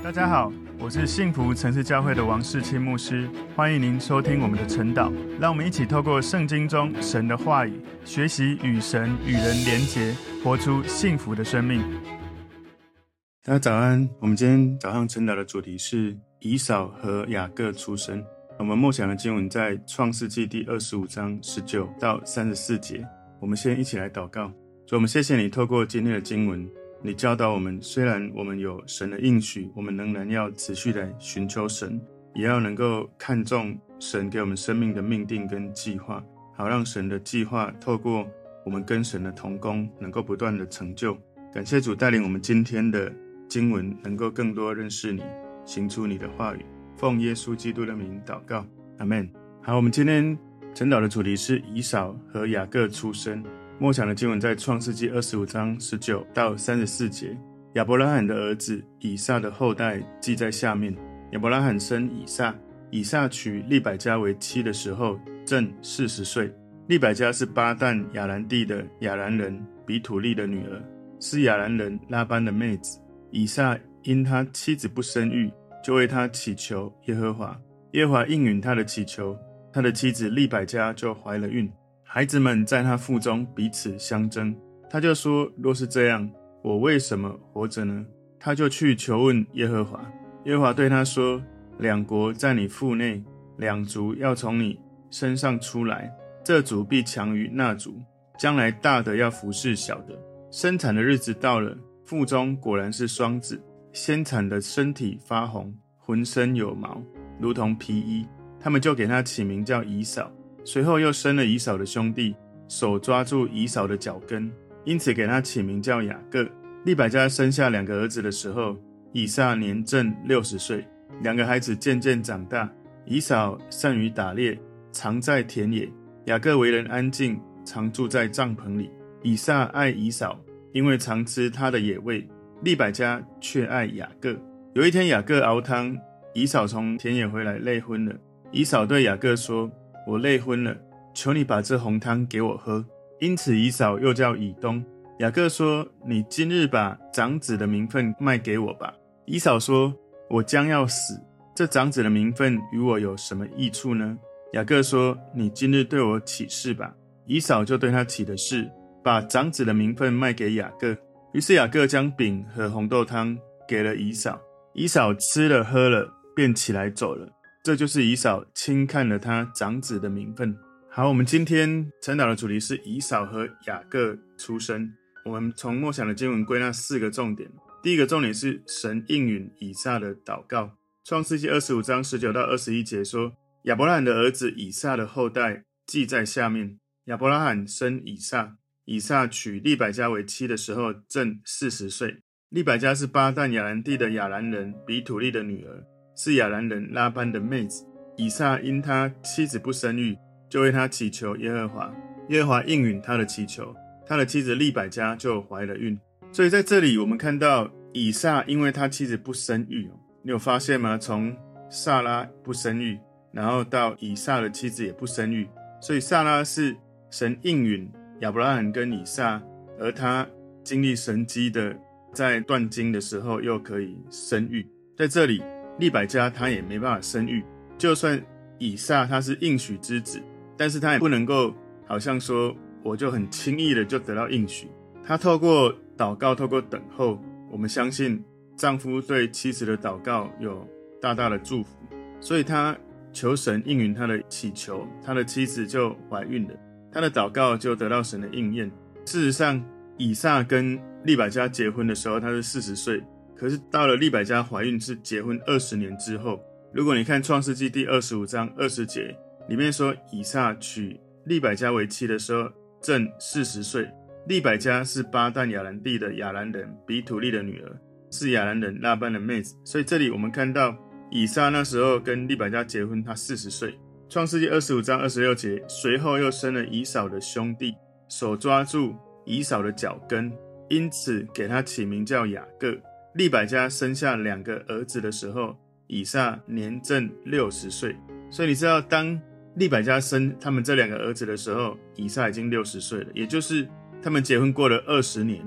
大家好，我是幸福城市教会的王世清牧师，欢迎您收听我们的晨祷。让我们一起透过圣经中神的话语，学习与神与人连结，活出幸福的生命。大家早安，我们今天早上晨祷的主题是以扫和雅各出生。我们默想的经文在创世纪第25章19到34节。我们先一起来祷告。主，我们谢谢你透过今天的经文，你教导我们，虽然我们有神的应许，我们仍然要持续地寻求神，也要能够看重神给我们生命的命定跟计划，好让神的计划透过我们跟神的同工能够不断的成就。感谢主带领我们今天的经文能够更多认识你，行出你的话语。奉耶稣基督的名祷告，阿们。好，我们今天晨祷的主题是以扫和雅各出生。默想的经文在创世纪25章19到34节。亚伯拉罕的儿子以撒的后代记在下面。亚伯拉罕生以撒，以撒娶利百加为妻的时候正40岁。利百加是巴旦亚兰地的亚兰人比土利的女儿，是亚兰人拉班的妹子。以撒因他妻子不生育，就为他祈求耶和华，耶和华应允他的祈求，他的妻子利百加就怀了孕。孩子们在他腹中彼此相争，他就说，若是这样，我为什么活着呢？他就去求问耶和华，耶和华对他说，两国在你腹内，两族要从你身上出来，这族必强于那族，将来大的要服侍小的。生产的日子到了，腹中果然是双子，先产的身体发红，浑身有毛，如同皮衣，他们就给他起名叫以扫。随后又生了以扫的兄弟，手抓住以扫的脚跟，因此给他起名叫雅各。利百加生下两个儿子的时候，以撒年正60岁。两个孩子渐渐长大，以扫善于打猎，常在田野；雅各为人安静，常住在帐篷里。以撒爱以扫，因为常吃他的野味；利百加却爱雅各。有一天雅各熬汤，以扫从田野回来累昏了。以扫对雅各说，我累昏了，求你把这红汤给我喝。因此以扫又叫以东。雅各说，你今日把长子的名分卖给我吧。以扫说，我将要死，这长子的名分与我有什么益处呢？雅各说，你今日对我起誓吧。以扫就对他起的誓，把长子的名分卖给雅各。于是雅各将饼和红豆汤给了以扫，以扫吃了喝了，便起来走了。这就是以扫轻看了他长子的名分。好，我们今天晨祷的主题是以扫和雅各出生。我们从默想的经文归纳4个重点。第一个重点是神应允以撒的祷告。创世纪25章19到21节说，亚伯拉罕的儿子以撒的后代记在下面。亚伯拉罕生以撒，以撒娶利百加为妻的时候正40岁。利百加是巴旦亚兰地的亚兰人比土利的女儿，是亚兰人拉班的妹子。以撒因他妻子不生育，就为他祈求耶和华，耶和华应允他的祈求，他的妻子利百加就怀了孕。所以在这里我们看到以撒因为他妻子不生育，你有发现吗？从撒拉不生育，然后到以撒的妻子也不生育，所以撒拉是神应允亚伯拉罕跟以撒，而他经历神迹的，在断经的时候又可以生育。在这里利百加他也没办法生育，就算以撒他是应许之子，但是他也不能够好像说我就很轻易的就得到应许。他透过祷告，透过等候，我们相信丈夫对妻子的祷告有大大的祝福，所以他求神应允他的祈求，他的妻子就怀孕了，他的祷告就得到神的应验。事实上以撒跟利百加结婚的时候他是40岁，可是到了利百加怀孕是结婚20年之后。如果你看创世纪第25章20节，里面说以撒娶利百加为妻的时候正40岁。利百加是巴旦亚兰地的亚兰人比土利的女儿，是亚兰人拉班的妹子。所以这里我们看到以撒那时候跟利百加结婚，他40岁。创世纪25章26节，随后又生了以扫的兄弟，手抓住以扫的脚跟，因此给他起名叫雅各。利百加生下2个儿子的时候，以撒年正60岁。所以你知道当利百加生他们这2个儿子的时候，以撒已经60岁了，也就是他们结婚过了20年，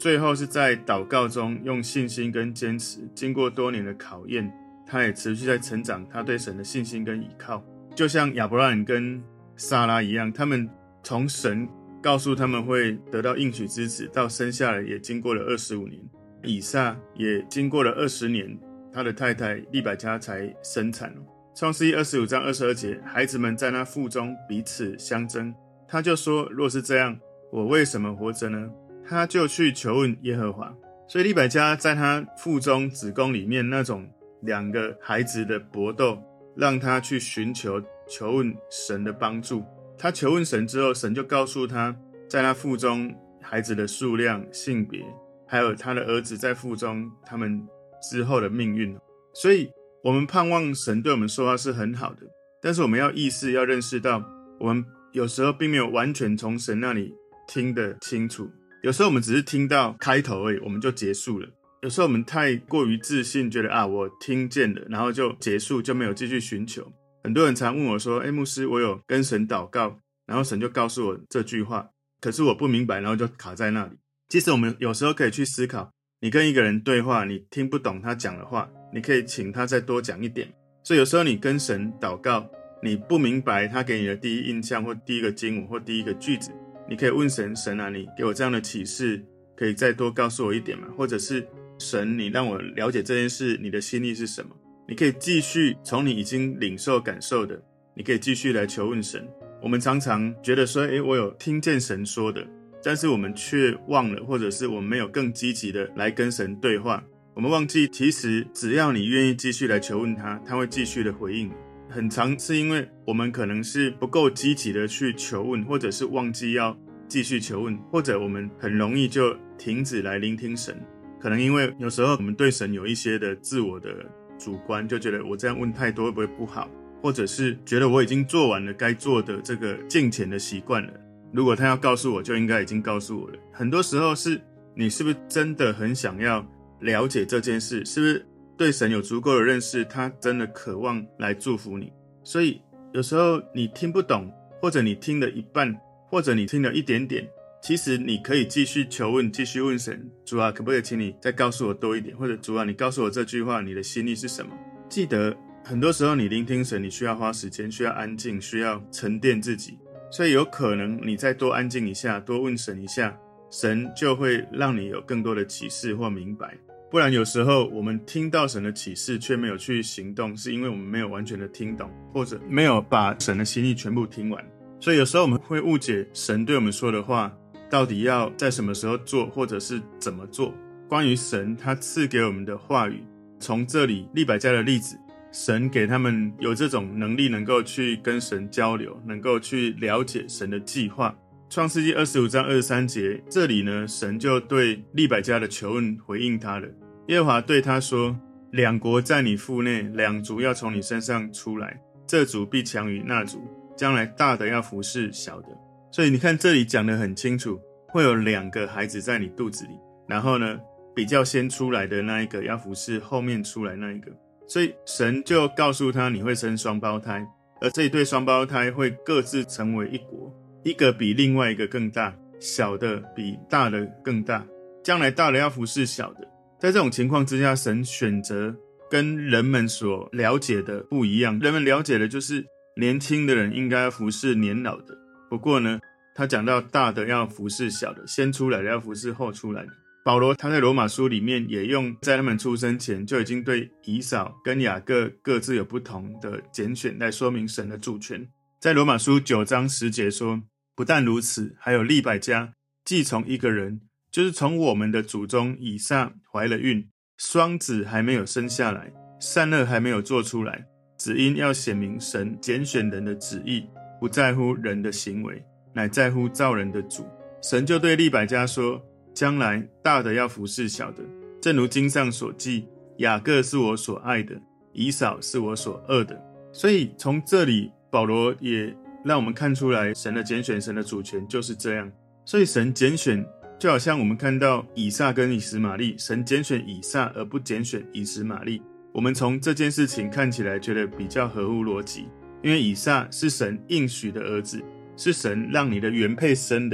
最后是在祷告中用信心跟坚持，经过多年的考验，他也持续在成长他对神的信心跟倚靠。就像亚伯拉罕跟撒拉一样，他们从神告诉他们会得到应许之子到生下来也经过了25年，以撒也经过了20年，他的太太利百加才生产。创世记25章22节，孩子们在那腹中彼此相争，他就说，若是这样，我为什么活着呢？他就去求问耶和华。所以利百加在他腹中子宫里面那种2个孩子的搏斗，让他去求问神的帮助。他求问神之后，神就告诉他在他腹中孩子的数量、性别，还有他的儿子在腹中他们之后的命运。所以我们盼望神对我们说话是很好的，但是我们要意识要认识到，我们有时候并没有完全从神那里听得清楚。有时候我们只是听到开头而已，我们就结束了。有时候我们太过于自信，觉得我听见了，然后就结束，就没有继续寻求。很多人常问我说，牧师，我有跟神祷告，然后神就告诉我这句话，可是我不明白，然后就卡在那里。其实我们有时候可以去思考，你跟一个人对话，你听不懂他讲的话，你可以请他再多讲一点。所以有时候你跟神祷告，你不明白他给你的第一印象或第一个经文或第一个句子，你可以问神，神啊，你给我这样的启示，可以再多告诉我一点吗？或者是神，你让我了解这件事，你的心意是什么？你可以继续从你已经领受感受的，你可以继续来求问神。我们常常觉得说，我有听见神说的，但是我们却忘了，或者是我们没有更积极的来跟神对话。我们忘记，其实只要你愿意继续来求问他，他会继续的回应你。很常是因为我们可能是不够积极的去求问，或者是忘记要继续求问，或者我们很容易就停止来聆听神。可能因为有时候我们对神有一些的自我的主观，就觉得我这样问太多会不会不好，或者是觉得我已经做完了该做的这个敬虔的习惯了，如果他要告诉我就应该已经告诉我了。很多时候是你是不是真的很想要了解这件事，是不是对神有足够的认识，他真的渴望来祝福你。所以有时候你听不懂，或者你听了一半，或者你听了一点点，其实你可以继续求问，继续问神，主啊，可不可以请你再告诉我多一点，或者主啊，你告诉我这句话你的心意是什么。记得很多时候你聆听神，你需要花时间，需要安静，需要沉淀自己。所以有可能你再多安静一下，多问神一下，神就会让你有更多的启示或明白。不然有时候我们听到神的启示却没有去行动，是因为我们没有完全的听懂，或者没有把神的心意全部听完。所以有时候我们会误解神对我们说的话到底要在什么时候做，或者是怎么做。关于神他赐给我们的话语，从这里利百加的例子，神给他们有这种能力，能够去跟神交流，能够去了解神的计划。创世纪25章23节，这里呢，神就对利百加的求问回应他了。耶和华对他说，两国在你腹内，两族要从你身上出来，这族必强于那族，将来大的要服侍小的。所以你看这里讲得很清楚，会有2个孩子在你肚子里，然后呢，比较先出来的那一个要服侍后面出来那一个。所以神就告诉他，你会生双胞胎，而这一对双胞胎会各自成为一国，一个比另外一个更大，小的比大的更大，将来大的要服侍小的。在这种情况之下，神选择跟人们所了解的不一样。人们了解的就是年轻的人应该要服侍年老的，不过呢，他讲到大的要服侍小的，先出来的要服侍后出来的。保罗他在罗马书里面也用在他们出生前就已经对以扫跟雅各各自有不同的拣选来说明神的主权。在罗马书9章10节说，不但如此，还有利百加既从一个人，就是从我们的祖宗以撒怀了孕，双子还没有生下来，善恶还没有做出来，只因要显明神拣选人的旨意，不在乎人的行为，乃在乎造人的主。神就对利百加说，将来大的要服侍小的，正如经上所记，雅各是我所爱的，以扫是我所恶的。所以从这里保罗也让我们看出来，神的拣选，神的主权就是这样。所以神拣选就好像我们看到以撒跟以实玛利，神拣选以撒而不拣选以实玛利。我们从这件事情看起来觉得比较合乎逻辑，因为以撒是神应许的儿子，是神让你的原配生的，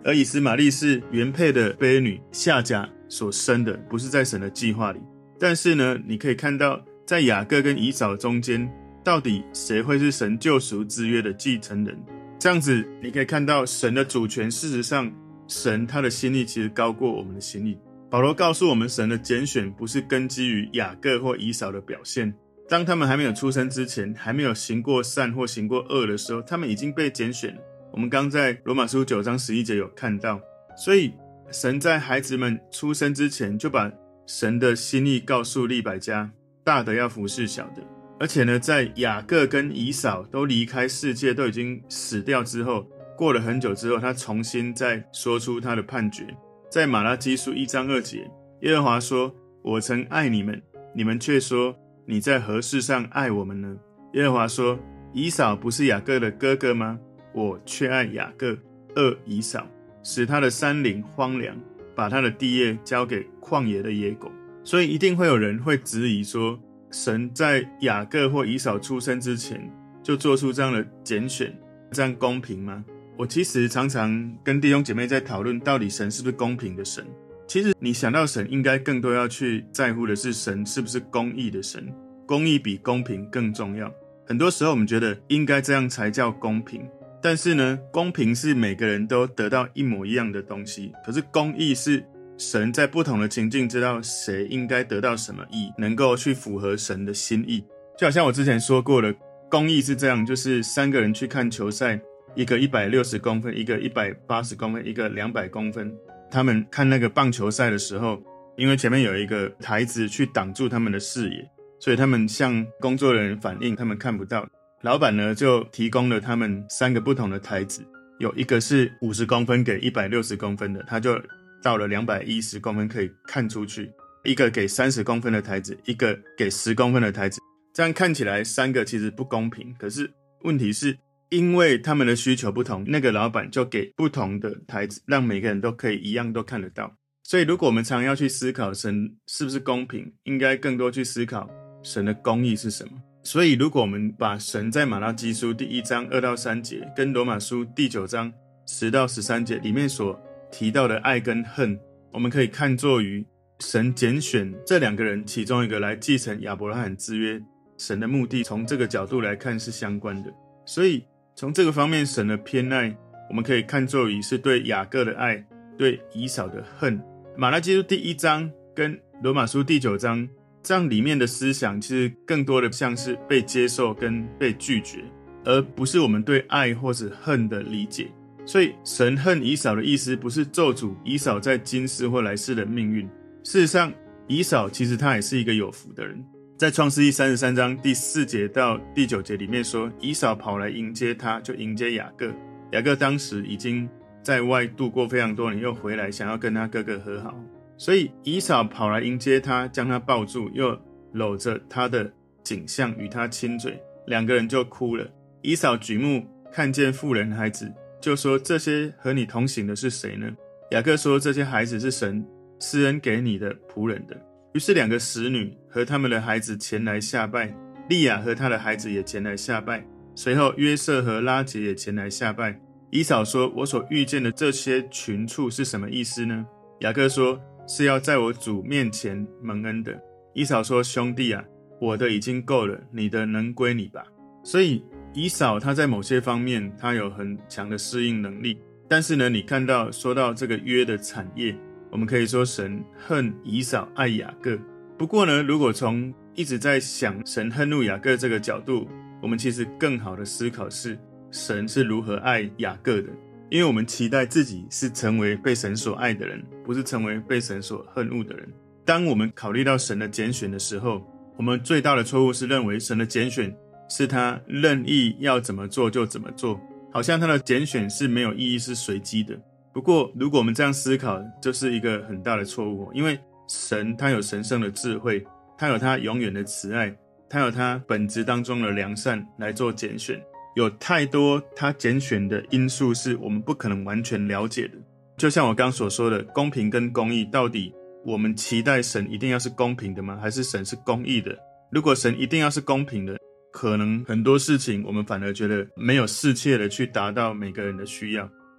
而以实玛利是原配的婢女夏甲所生的，不是在神的计划里。但是呢，你可以看到在雅各跟以扫中间，到底谁会是神救赎之约的继承人？这样子你可以看到神的主权，事实上神他的心意其实高过我们的心意。保罗告诉我们，神的拣选不是根基于雅各或以扫的表现，当他们还没有出生之前，还没有行过善或行过恶的时候，他们已经被拣选了。我们刚在罗马书9章11节有看到，所以神在孩子们出生之前就把神的心意告诉利百加，大的要服侍小的。而且呢，在雅各跟以扫都离开世界，都已经死掉之后，过了很久之后，他重新再说出他的判决。在马拉基书1章2节，耶和华说，我曾爱你们，你们却说，你在何事上爱我们呢？耶和华说，以扫不是雅各的哥哥吗？我却爱雅各，恶以扫，使他的山陵荒凉，把他的地业交给旷野的野狗。所以一定会有人会质疑说，神在雅各或以扫出生之前就做出这样的拣选，这样公平吗？我其实常常跟弟兄姐妹在讨论，到底神是不是公平的神？其实你想到神，应该更多要去在乎的是神是不是公义的神，公义比公平更重要。很多时候我们觉得应该这样才叫公平，但是呢，公平是每个人都得到一模一样的东西，可是公义是神在不同的情境知道谁应该得到什么义，能够去符合神的心意。就好像我之前说过的，公义是这样，就是3个人去看球赛，一个160公分，一个180公分，一个200公分。他们看那个棒球赛的时候，因为前面有一个台子去挡住他们的视野，所以他们向工作人员反映他们看不到。老板呢就提供了他们3个不同的台子，有一个是50公分给160公分的，他就到了210公分可以看出去，一个给30公分的台子，一个给10公分的台子。这样看起来3个其实不公平，可是问题是因为他们的需求不同，那个老板就给不同的台子，让每个人都可以一样都看得到。所以如果我们常要去思考神是不是公平，应该更多去思考神的公义是什么。所以如果我们把神在马拉基书第1章2到3节跟罗马书第9章10到13节里面所提到的爱跟恨，我们可以看作于神拣选这2个人其中一个来继承亚伯拉罕之约，神的目的从这个角度来看是相关的。所以从这个方面，神的偏爱我们可以看作于是对雅各的爱，对以扫的恨。马拉基书第1章跟罗马书第9章这样里面的思想，其实更多的像是被接受跟被拒绝，而不是我们对爱或是恨的理解。所以神恨以扫的意思不是咒诅以扫在今世或来世的命运，事实上以扫其实他也是一个有福的人。在创世记33章第4节到第9节里面说，以扫跑来迎接他，就迎接雅各。雅各当时已经在外度过非常多年，又回来想要跟他哥哥和好，所以以扫跑来迎接他，将他抱住，又搂着他的颈项与他亲嘴，2个人就哭了。以扫举目看见妇人孩子，就说，这些和你同行的是谁呢？雅各说，这些孩子是神施恩给你的仆人的。于是2个使女和他们的孩子前来下拜，利亚和他的孩子也前来下拜，随后约瑟和拉结也前来下拜。以扫说，我所遇见的这些群畜是什么意思呢？雅各说，是要在我主面前蒙恩的。以扫说，兄弟啊，我的已经够了，你的能归你吧。所以以扫他在某些方面他有很强的适应能力，但是呢，你看到说到这个约的产业，我们可以说神恨以扫爱雅各。不过呢，如果从一直在想神恨怒雅各这个角度，我们其实更好的思考是神是如何爱雅各的。因为我们期待自己是成为被神所爱的人，不是成为被神所恨恶的人。当我们考虑到神的拣选的时候，我们最大的错误是认为神的拣选是他任意要怎么做就怎么做，好像他的拣选是没有意义，是随机的。不过如果我们这样思考，就是一个很大的错误，因为神他有神圣的智慧，他有他永远的慈爱，他有他本质当中的良善来做拣选，有太多他拣选的因素是我们不可能完全了解的。就像我刚所说的，公平跟公义，到底我们期待神一定要是公平的吗？还是神是公义的？如果神一定要是公平的，可能很多事情我们反而觉得没有适切的去达到每个人的需要。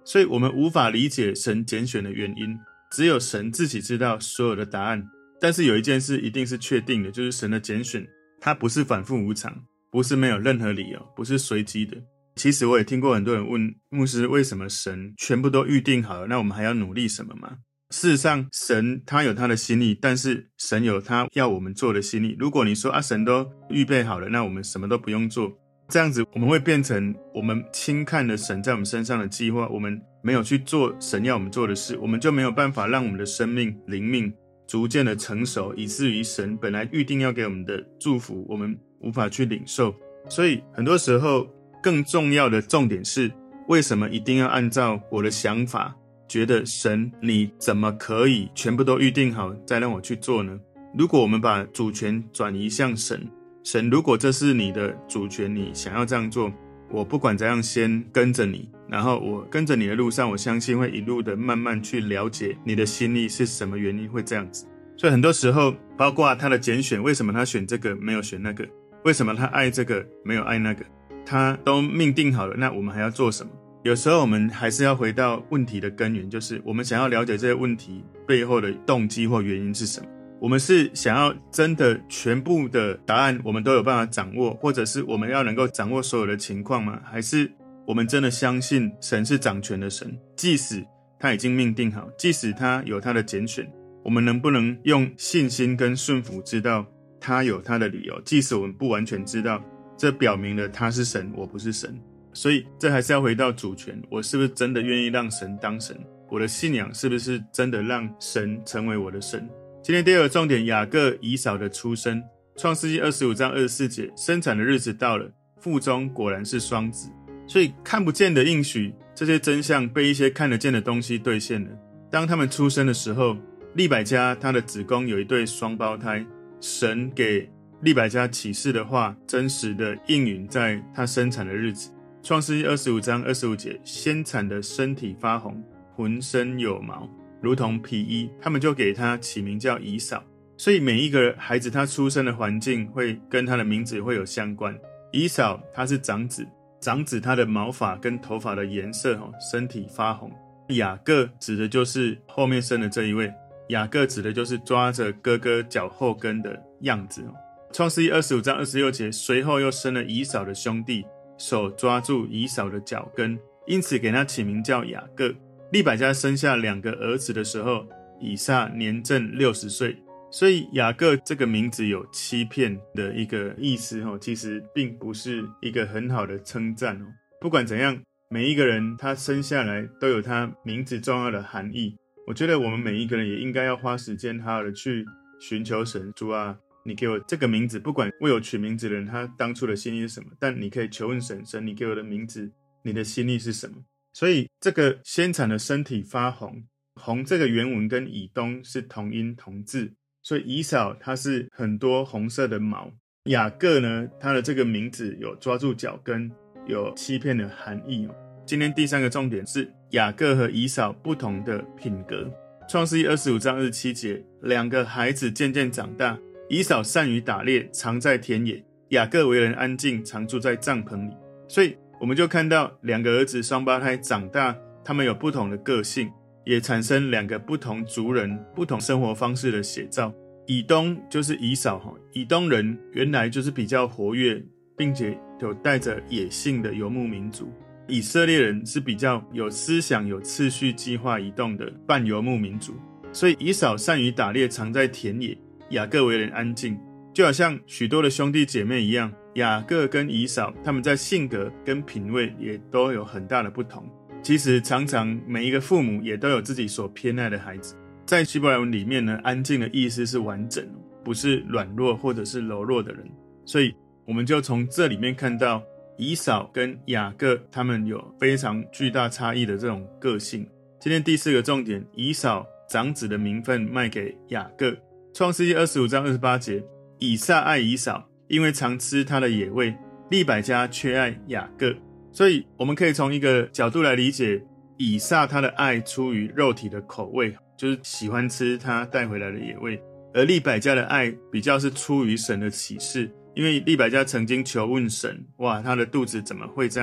所以我们无法理解神拣选的原因，只有神自己知道所有的答案。但是有一件事一定是确定的，就是神的拣选它不是反复无常，不是没有任何理由，不是随机的。其实我也听过很多人问牧师，为什么神全部都预定好了，那我们还要努力什么吗？事实上神他有他的心意，但是神有他要我们做的心意。如果你说神都预备好了，那我们什么都不用做，这样子我们会变成我们轻看了神在我们身上的计划，我们没有去做神要我们做的事，我们就没有办法让我们的生命灵命逐渐的成熟，以至于神本来预定要给我们的祝福我们无法去领受。所以很多时候更重要的重点是，为什么一定要按照我的想法，觉得神你怎么可以全部都预定好再让我去做呢？如果我们把主权转移向神，如果这是你的主权，你想要这样做，我不管怎样先跟着你，然后我跟着你的路上，我相信会一路的慢慢去了解你的心意是什么原因会这样子。所以很多时候包括他的拣选，为什么他选这个没有选那个，为什么他爱这个没有爱那个，他都命定好了，那我们还要做什么？有时候我们还是要回到问题的根源，就是我们想要了解这些问题背后的动机或原因是什么。我们是想要真的全部的答案我们都有办法掌握，或者是我们要能够掌握所有的情况吗？还是我们真的相信神是掌权的神，即使他已经命定好，即使他有他的拣选，我们能不能用信心跟顺服知道他有他的理由，即使我们不完全知道，这表明了他是神，我不是神。所以这还是要回到主权，我是不是真的愿意让神当神？我的信仰是不是真的让神成为我的神？今天第二个重点，雅各以扫的出生。创世纪25章24节，生产的日子到了，腹中果然是双子。所以看不见的应许，这些真相被一些看得见的东西兑现了。当他们出生的时候，利百加她的子宫有一对双胞胎，神给利百加启示的话真实的应允在她生产的日子。创世纪25章25节，先产的身体发红，浑身有毛，如同皮衣，他们就给他起名叫以扫。所以每一个孩子他出生的环境会跟他的名字会有相关。以扫他是长子，长子他的毛发跟头发的颜色身体发红。雅各指的就是后面生的这一位，雅各指的就是抓着哥哥脚后跟的样子。创世纪25章26节，随后又生了以扫的兄弟，手抓住以扫的脚跟，因此给他起名叫雅各。利百加生下2个儿子的时候，以撒年正60岁，所以雅各这个名字有欺骗的一个意思，其实并不是一个很好的称赞。不管怎样，每一个人他生下来都有他名字重要的含义。我觉得我们每一个人也应该要花时间好好的去寻求神，主啊，你给我这个名字，不管为我取名字的人他当初的心意是什么，但你可以求问神，神你给我的名字，你的心意是什么？所以这个先产的身体发红，红这个原文跟以东是同音同字，所以以扫它是很多红色的毛。雅各呢，他的这个名字有抓住脚跟，有欺骗的含义。今天第3个重点是雅各和以扫不同的品格。创世纪25章27节，2个孩子渐渐长大，以扫善于打猎，常在田野；雅各为人安静，常住在帐篷里。所以我们就看到2个儿子双胞胎长大，他们有不同的个性，也产生2个不同族人不同生活方式的写照。以东就是以扫，以东人原来就是比较活跃并且有带着野性的游牧民族，以色列人是比较有思想有次序计划移动的半游牧民族。所以以扫善于打猎，常在田野；雅各为人安静。就好像许多的兄弟姐妹一样，雅各跟以扫他们在性格跟品味也都有很大的不同。其实常常每一个父母也都有自己所偏爱的孩子。在希伯来文里面呢，安静的意思是完整，不是软弱或者是柔弱的人。所以我们就从这里面看到以扫跟雅各他们有非常巨大差异的这种个性。今天第4个重点，以扫长子的名分卖给雅各。创世纪25章28节，以撒爱以扫，因为常吃他的野味；利百加却爱雅各。所以我们可以从一个角度来理解，以撒他的爱出于肉体的口味，就是喜欢吃他带回来的野味；而利百加的爱比较是出于神的启示，因为利百加曾经求问神，哇，他的肚子怎么会这样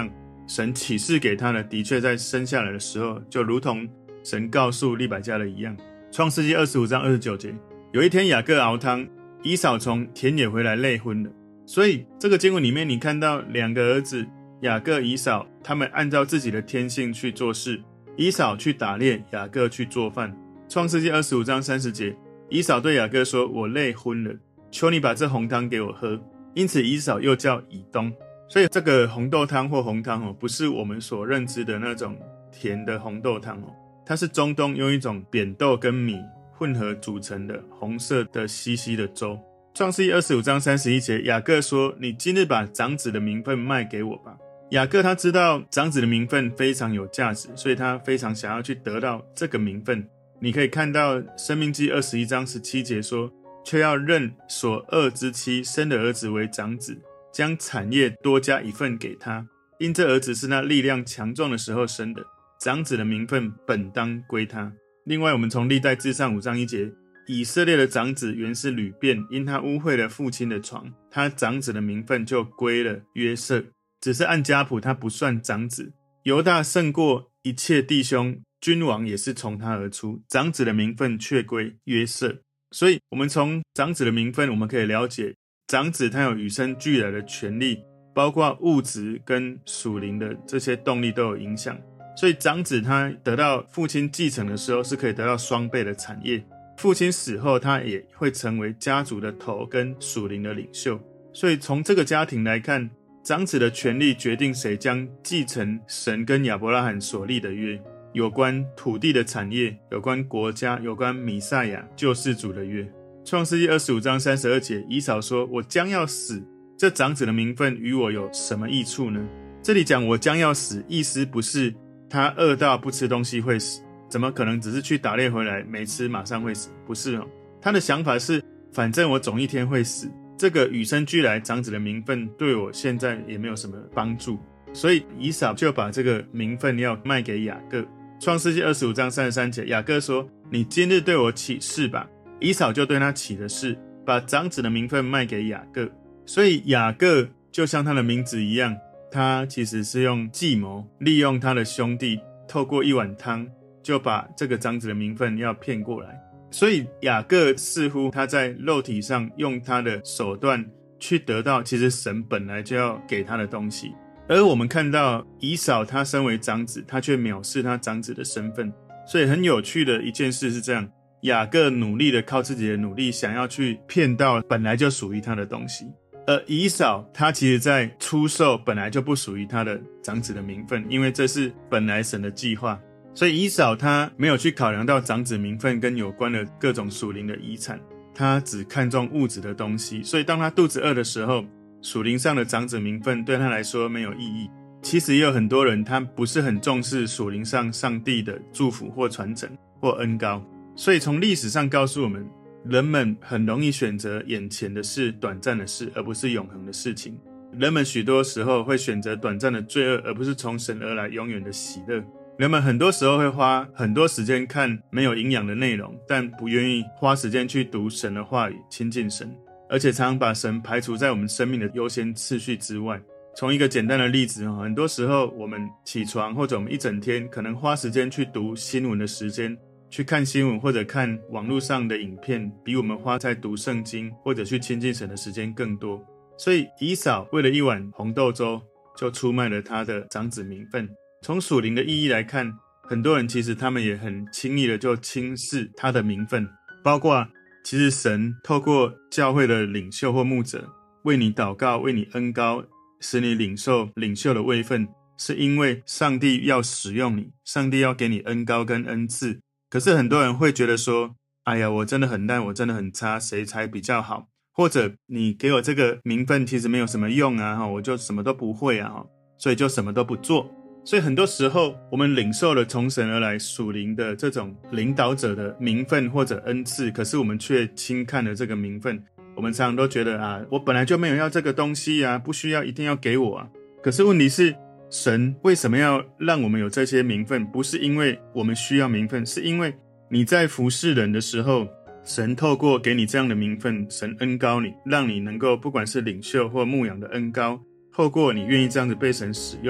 神启示给他的，的确在生下来的时候，就如同神告诉利百加的一样。创世纪25章29节，有一天雅各熬汤，以扫从田野回来累昏了。所以这个经文里面，你看到两个儿子雅各、以扫，他们按照自己的天性去做事。以扫去打猎，雅各去做饭。创世纪25章30节，以扫对雅各说：我累昏了，求你把这红汤给我喝。因此以扫又叫以东。所以这个红豆汤或红汤不是我们所认知的那种甜的红豆汤，它是中东用一种扁豆跟米混合组成的红色的稀稀的粥。创世记25章31节，雅各说：你今日把长子的名分卖给我吧。雅各他知道长子的名分非常有价值，所以他非常想要去得到这个名分。你可以看到申命记21章17节说，却要认所恶之妻生的儿子为长子，将产业多加一份给他，因这儿子是那力量强壮的时候生的，长子的名分本当归他。另外我们从历代志上5章1节，以色列的长子原是吕便，因他污秽了父亲的床，他长子的名分就归了约瑟，只是按家谱他不算长子。犹大胜过一切弟兄，君王也是从他而出，长子的名分却归约瑟。所以我们从长子的名分，我们可以了解长子他有与生俱来的权利，包括物质跟属灵的这些动力都有影响。所以长子他得到父亲继承的时候，是可以得到双倍的产业。父亲死后，他也会成为家族的头跟属灵的领袖。所以从这个家庭来看，长子的权利决定谁将继承神跟亚伯拉罕所立的约，有关土地的产业，有关国家，有关弥赛亚救世主的约。创世纪25章32节，以扫说：我将要死，这长子的名分与我有什么益处呢？这里讲我将要死，意思不是他饿到不吃东西会死，怎么可能只是去打猎回来没吃马上会死？不是他的想法是反正我总一天会死，这个与生俱来长子的名分对我现在也没有什么帮助，所以以扫就把这个名分要卖给雅各。创世纪25章33节，雅各说：你今日对我起誓吧。以扫就对他起了誓，把长子的名分卖给雅各。所以雅各就像他的名字一样，他其实是用计谋，利用他的兄弟，透过一碗汤就把这个长子的名分要骗过来。所以雅各似乎他在肉体上用他的手段去得到其实神本来就要给他的东西。而我们看到以扫他身为长子，他却藐视他长子的身份。所以很有趣的一件事是这样，雅各努力的靠自己的努力想要去骗到本来就属于他的东西，而以扫他其实在出售本来就不属于他的长子的名分，因为这是本来神的计划。所以以扫他没有去考量到长子名分跟有关的各种属灵的遗产，他只看重物质的东西。所以当他肚子饿的时候，属灵上的长子名分对他来说没有意义。其实也有很多人他不是很重视属灵上上帝的祝福或传承或恩膏。所以从历史上告诉我们，人们很容易选择眼前的事、短暂的事，而不是永恒的事情。人们许多时候会选择短暂的罪恶，而不是从神而来永远的喜乐。人们很多时候会花很多时间看没有营养的内容，但不愿意花时间去读神的话语，亲近神，而且常常把神排除在我们生命的优先次序之外。从一个简单的例子，很多时候我们起床或者我们一整天可能花时间去读新闻的时间，去看新闻或者看网络上的影片，比我们花在读圣经或者去亲近神的时间更多。所以以扫为了一碗红豆粥就出卖了他的长子名分。从属灵的意义来看，很多人其实他们也很轻易的就轻视他的名分，包括其实神透过教会的领袖或牧者为你祷告，为你恩膏，使你领受领袖的位分，是因为上帝要使用你，上帝要给你恩膏跟恩赐。可是很多人会觉得说，哎呀，我真的很烂，我真的很差，谁才比较好？或者你给我这个名分其实没有什么用啊，我就什么都不会啊，所以就什么都不做。所以很多时候我们领受了从神而来属灵的这种领导者的名分或者恩赐，可是我们却轻看了这个名分。我们常常都觉得我本来就没有要这个东西不需要一定要给我可是问题是，神为什么要让我们有这些名分？不是因为我们需要名分，是因为你在服侍人的时候，神透过给你这样的名分，神恩膏你，让你能够不管是领袖或牧养的恩膏，透过你愿意这样子被神使用，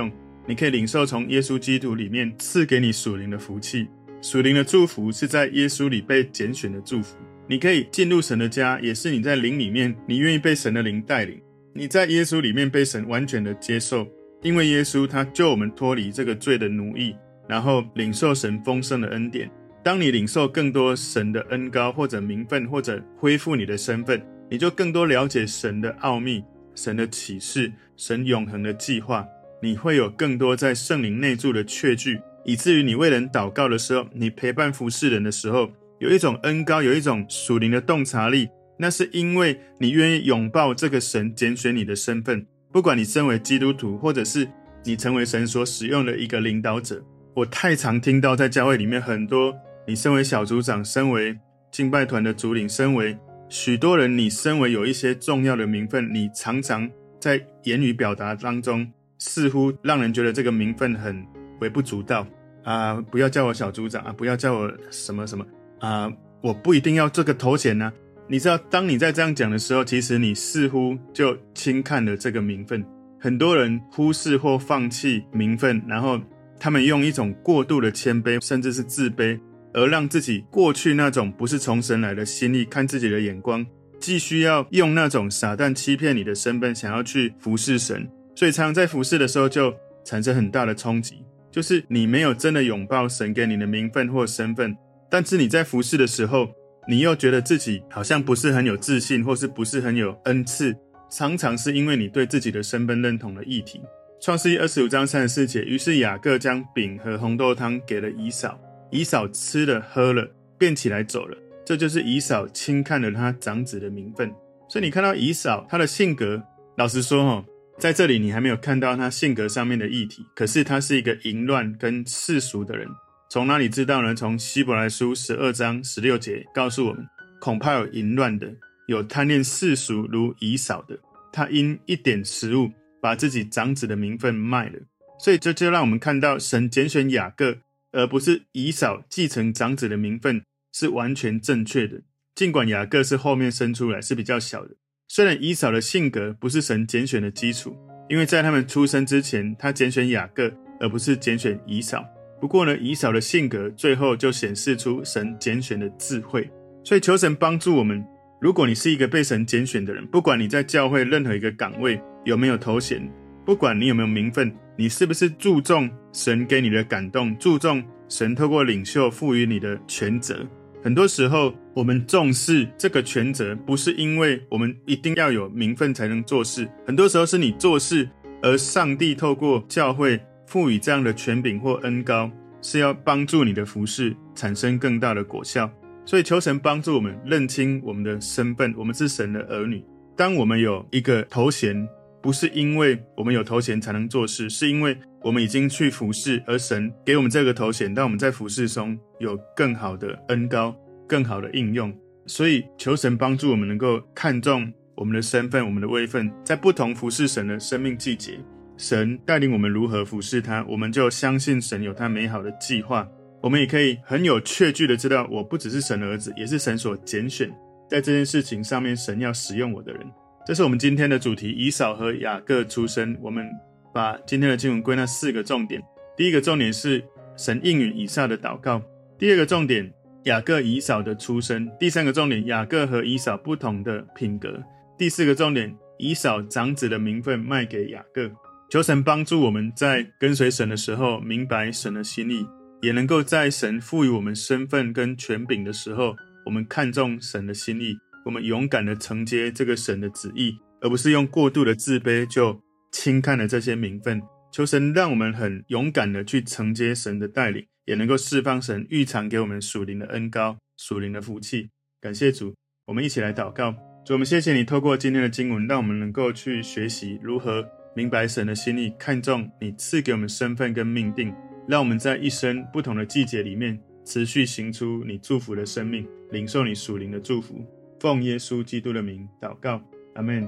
你可以领受从耶稣基督里面赐给你属灵的福气。属灵的祝福是在耶稣里被拣选的祝福。你可以进入神的家，也是你在灵里面，你愿意被神的灵带领。你在耶稣里面被神完全的接受，因为耶稣他救我们脱离这个罪的奴役，然后领受神丰盛的恩典。当你领受更多神的恩膏或者名分，或者恢复你的身份，你就更多了解神的奥秘、神的启示、神永恒的计划。你会有更多在圣灵内住的确据，以至于你为人祷告的时候，你陪伴服侍人的时候，有一种恩膏，有一种属灵的洞察力。那是因为你愿意拥抱这个神拣选你的身份，不管你身为基督徒，或者是你成为神所使用的一个领导者。我太常听到在教会里面很多，你身为小组长，身为敬拜团的主领，身为许多人，你身为有一些重要的名分，你常常在言语表达当中似乎让人觉得这个名分很微不足道不要叫我小组长不要叫我什么什么我不一定要这个头衔你知道，当你在这样讲的时候，其实你似乎就轻看了这个名分。很多人忽视或放弃名分，然后他们用一种过度的谦卑，甚至是自卑，而让自己过去那种不是从神来的心意，看自己的眼光，继续要用那种撒旦欺骗你的身份，想要去服侍神。所以常常在服侍的时候就产生很大的冲击，就是你没有真的拥抱神给你的名分或身份，但是你在服侍的时候，你又觉得自己好像不是很有自信，或是不是很有恩赐，常常是因为你对自己的身份认同的议题。创世记25章34节，于是雅各将饼和红豆汤给了以扫，以扫吃了喝了，便起来走了。这就是以扫轻看了他长子的名分。所以你看到以扫他的性格，老实说在这里你还没有看到他性格上面的议题，可是他是一个淫乱跟世俗的人。从哪里知道呢？从希伯来书12章16节告诉我们，恐怕有淫乱的，有贪恋世俗如以扫的，他因一点食物把自己长子的名分卖了。所以这就让我们看到神拣选雅各，而不是以扫继承长子的名分，是完全正确的。尽管雅各是后面生出来，是比较小的，虽然以扫的性格不是神拣选的基础，因为在他们出生之前，他拣选雅各，而不是拣选以扫。不过呢，以扫的性格最后就显示出神拣选的智慧。所以求神帮助我们，如果你是一个被神拣选的人，不管你在教会任何一个岗位有没有头衔，不管你有没有名分，你是不是注重神给你的感动，注重神透过领袖赋予你的权责。很多时候我们重视这个权责，不是因为我们一定要有名分才能做事，很多时候是你做事，而上帝透过教会赋予这样的权柄或恩膏，是要帮助你的服事产生更大的果效。所以求神帮助我们认清我们的身份，我们是神的儿女。当我们有一个头衔，不是因为我们有头衔才能做事，是因为我们已经去服事，而神给我们这个头衔，让我们在服事中有更好的恩膏，更好的应用。所以求神帮助我们能够看重我们的身份，我们的位分，在不同服事神的生命季节，神带领我们如何服侍他，我们就相信神有他美好的计划。我们也可以很有确据的知道，我不只是神的儿子，也是神所拣选，在这件事情上面神要使用我的人。这是我们今天的主题，以扫和雅各出生。我们把今天的经文归纳4个重点。第一个重点是神应允以撒的祷告，第二个重点雅各以扫的出生，第三个重点雅各和以扫不同的品格，第四个重点以扫长子的名分卖给雅各。求神帮助我们在跟随神的时候明白神的心意，也能够在神赋予我们身份跟权柄的时候，我们看重神的心意，我们勇敢的承接这个神的旨意，而不是用过度的自卑就轻看了这些名分。求神让我们很勇敢的去承接神的带领，也能够释放神预藏给我们属灵的恩膏，属灵的福气。感谢主，我们一起来祷告。主，我们谢谢你透过今天的经文，让我们能够去学习如何明白神的心意，看重你赐给我们身份跟命定，让我们在一生不同的季节里面持续行出你祝福的生命，领受你属灵的祝福。奉耶稣基督的名祷告，阿们。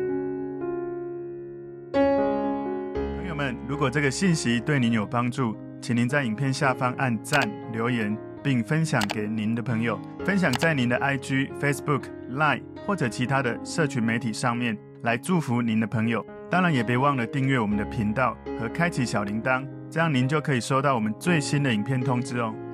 朋友们，如果这个信息对您有帮助， 请您在影片下方按赞、留言，并分享给您的朋友，分享在您的 IG、Facebook、Line 或者其他的社群媒体上面，来祝福您的朋友。当然也别忘了订阅我们的频道和开启小铃铛，这样您就可以收到我们最新的影片通知哦。